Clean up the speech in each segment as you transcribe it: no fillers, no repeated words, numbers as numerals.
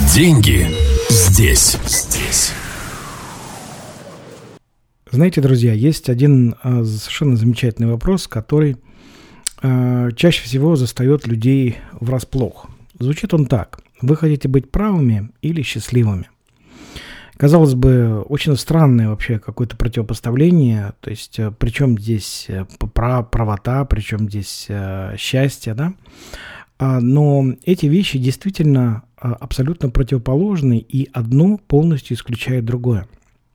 Деньги здесь. Знаете, друзья, есть один совершенно замечательный вопрос, который чаще всего застает людей врасплох. Звучит он так. Вы хотите быть правыми или счастливыми? Казалось бы, очень странное вообще какое-то противопоставление. То есть, при чем здесь правота, при чем здесь счастье, да? Но эти вещи действительно абсолютно противоположны, и одно полностью исключает другое.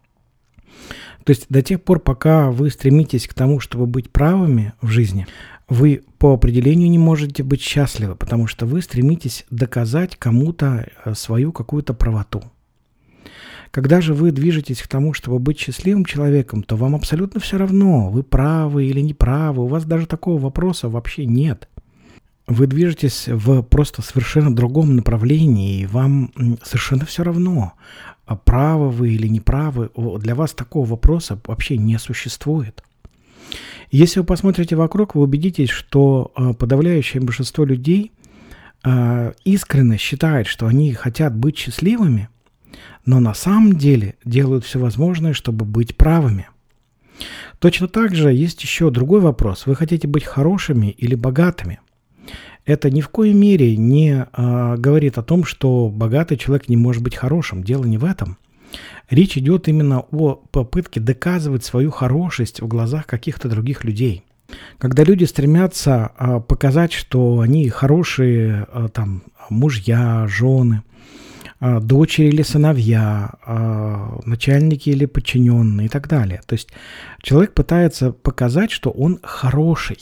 То есть до тех пор, пока вы стремитесь к тому, чтобы быть правыми в жизни, вы по определению не можете быть счастливы, потому что вы стремитесь доказать кому-то свою какую-то правоту. Когда же вы движетесь к тому, чтобы быть счастливым человеком, то вам абсолютно все равно, вы правы или не правы, у вас даже такого вопроса вообще нет. Вы движетесь в просто совершенно другом направлении, и вам совершенно все равно, правы вы или не правы. Для вас такого вопроса вообще не существует. Если вы посмотрите вокруг, вы убедитесь, что подавляющее большинство людей искренне считает, что они хотят быть счастливыми, но на самом деле делают все возможное, чтобы быть правыми. Точно так же есть еще другой вопрос. Вы хотите быть хорошими или богатыми? Это ни в коей мере не говорит о том, что богатый человек не может быть хорошим. Дело не в этом. Речь идет именно о попытке доказывать свою хорошесть в глазах каких-то других людей. Когда люди стремятся показать, что они хорошие мужья, жены, дочери или сыновья, начальники или подчиненные и так далее. То есть человек пытается показать, что он хороший,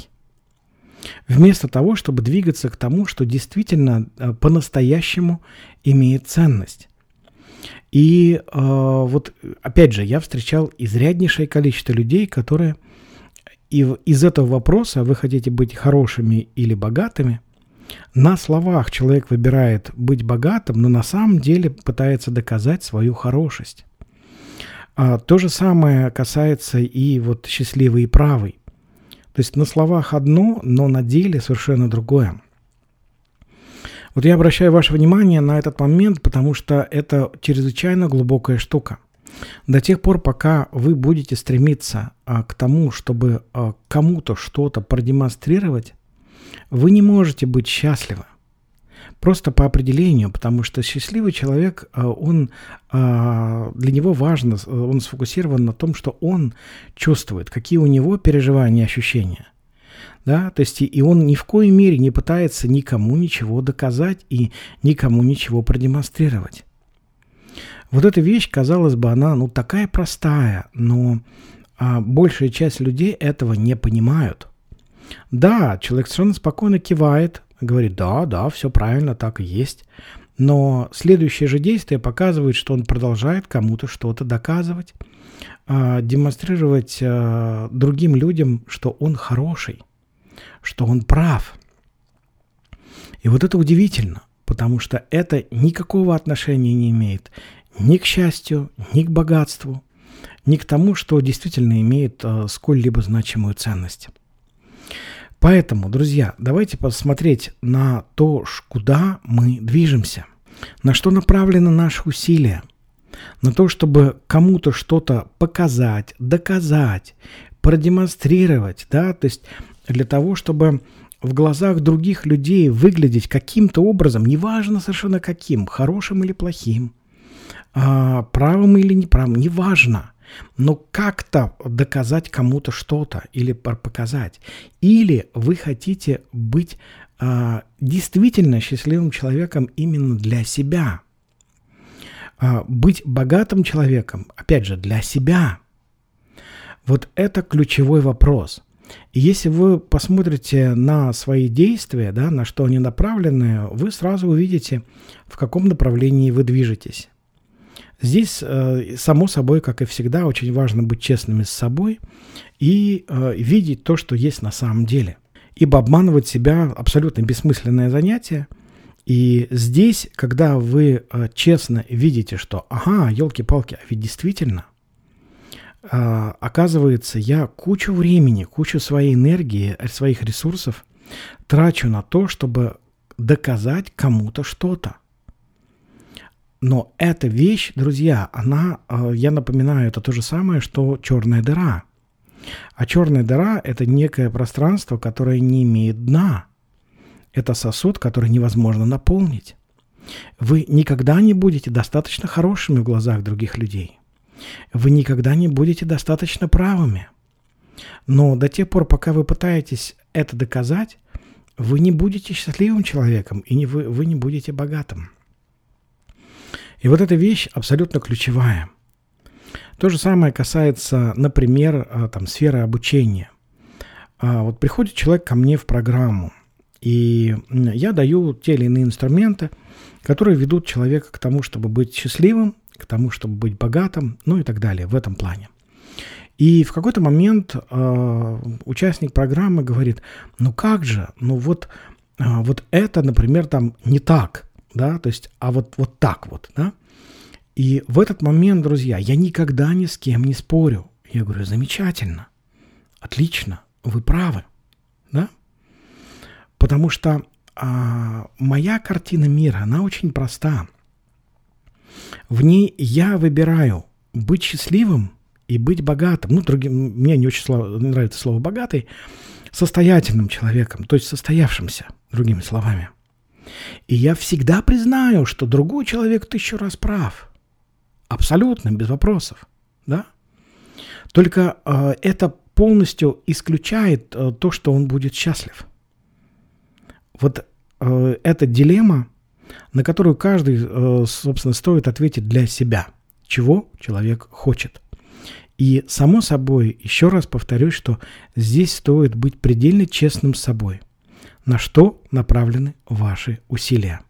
вместо того, чтобы двигаться к тому, что действительно по-настоящему имеет ценность. И вот опять же, я встречал изряднейшее количество людей, которые из этого вопроса, вы хотите быть хорошими или богатыми, на словах человек выбирает быть богатым, но на самом деле пытается доказать свою хорошесть. То же самое касается и вот счастливый и правый. То есть на словах одно, но на деле совершенно другое. Вот я обращаю ваше внимание на этот момент, потому что это чрезвычайно глубокая штука. До тех пор, пока вы будете стремиться к тому, чтобы кому-то что-то продемонстрировать, вы не можете быть счастливы. Просто по определению, потому что счастливый человек, для него важно, он сфокусирован на том, что он чувствует, какие у него переживания и ощущения. Да? То есть и он ни в коей мере не пытается никому ничего доказать и никому ничего продемонстрировать. Вот эта вещь, казалось бы, она такая простая, но большая часть людей этого не понимают. Да, человек совершенно спокойно кивает, говорит, да, все правильно, так и есть. Но следующее же действие показывает, что он продолжает кому-то что-то доказывать, демонстрировать другим людям, что он хороший, что он прав. И вот это удивительно, потому что это никакого отношения не имеет ни к счастью, ни к богатству, ни к тому, что действительно имеет сколь-либо значимую ценность. Поэтому, друзья, давайте посмотреть на то, куда мы движемся, на что направлены наши усилия, на то, чтобы кому-то что-то показать, доказать, продемонстрировать, да, то есть для того, чтобы в глазах других людей выглядеть каким-то образом, неважно совершенно каким, хорошим или плохим, правым или неправым, неважно. Но как-то доказать кому-то что-то или показать. Или вы хотите быть действительно счастливым человеком именно для себя. Быть богатым человеком, опять же, для себя. Вот это ключевой вопрос. И если вы посмотрите на свои действия, да, на что они направлены, вы сразу увидите, в каком направлении вы движетесь. Здесь, само собой, как и всегда, очень важно быть честными с собой и видеть то, что есть на самом деле. Ибо обманывать себя – абсолютно бессмысленное занятие. И здесь, когда вы честно видите, что ага, елки-палки, а ведь действительно, оказывается, я кучу времени, кучу своей энергии, своих ресурсов трачу на то, чтобы доказать кому-то что-то. Но эта вещь, друзья, она, я напоминаю, это то же самое, что черная дыра. А черная дыра – это некое пространство, которое не имеет дна. Это сосуд, который невозможно наполнить. Вы никогда не будете достаточно хорошими в глазах других людей. Вы никогда не будете достаточно правыми. Но до тех пор, пока вы пытаетесь это доказать, вы не будете счастливым человеком, и вы не будете богатым. И вот эта вещь абсолютно ключевая. То же самое касается, например, сферы обучения. Вот приходит человек ко мне в программу, и я даю те или иные инструменты, которые ведут человека к тому, чтобы быть счастливым, к тому, чтобы быть богатым, ну и так далее, в этом плане. И в какой-то момент участник программы говорит, ну как же, вот это, например, не так, да, то есть, а вот так вот, да. И в этот момент, друзья, я никогда ни с кем не спорю. Я говорю, замечательно, отлично, вы правы, да. Потому что моя картина мира, она очень проста. В ней я выбираю быть счастливым и быть богатым. Мне не очень нравится слово «богатый», состоятельным человеком, то есть состоявшимся, другими словами. И я всегда признаю, что другой человек 1000 раз прав. Абсолютно, без вопросов. Да? Только это полностью исключает то, что он будет счастлив. Вот эта дилемма, на которую каждый, собственно, стоит ответить для себя, чего человек хочет. И, само собой, еще раз повторюсь, что здесь стоит быть предельно честным с собой, на что направлены ваши усилия.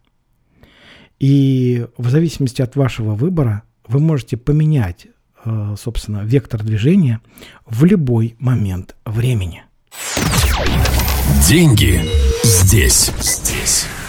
И в зависимости от вашего выбора вы можете поменять, собственно, вектор движения в любой момент времени. Деньги здесь.